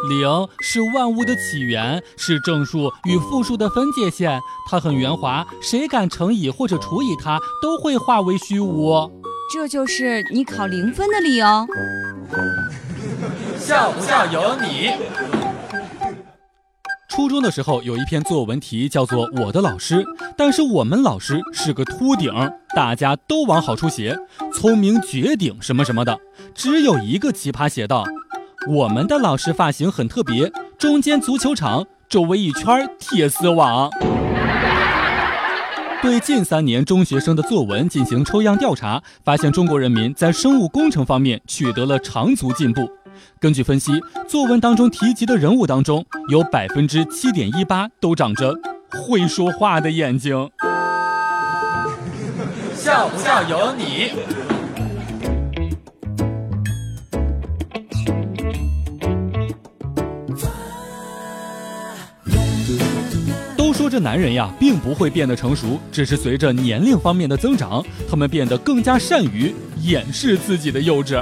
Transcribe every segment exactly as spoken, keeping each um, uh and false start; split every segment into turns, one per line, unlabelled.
零是万物的起源，是正数与负数的分界线，它很圆滑，谁敢乘以或者除以它，都会化为虚无。
这就是你考零分的理由。
笑不笑由你。
初中的时候有一篇作文题叫做我的老师，但是我们老师是个秃顶，大家都往好处写，聪明绝顶什么什么的，只有一个奇葩写道，我们的老师发型很特别，中间足球场，周围一圈铁丝网。对近三年中学生的作文进行抽样调查，发现中国人民在生物工程方面取得了长足进步。根据分析，作文当中提及的人物当中，有 百分之七点一八 都长着会说话的眼睛。
笑不笑由你。
都说这男人呀，并不会变得成熟，只是随着年龄方面的增长，他们变得更加善于掩饰自己的幼稚。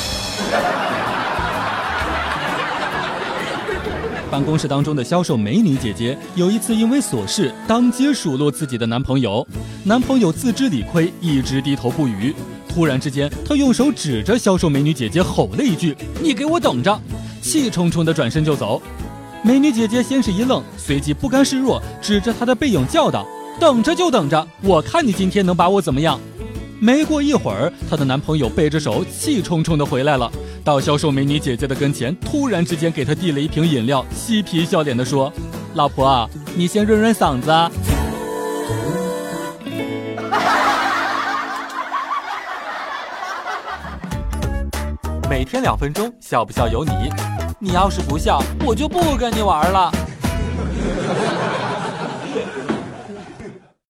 办公室当中的销售美女姐姐有一次因为琐事当街数落自己的男朋友，男朋友自知理亏，一直低头不语。突然之间，他用手指着销售美女姐姐吼了一句：“你给我等着！”气冲冲地转身就走。美女姐姐先是一愣，随即不甘示弱，指着她的背影叫道：“等着就等着，我看你今天能把我怎么样！”没过一会儿，她的男朋友背着手气冲冲地回来了，到销售美女姐姐的跟前，突然之间给她递了一瓶饮料，嬉皮笑脸地说：“老婆啊，你先润润嗓子啊。”每天两分钟，笑不笑由你。你要是不笑，我就不跟你玩了。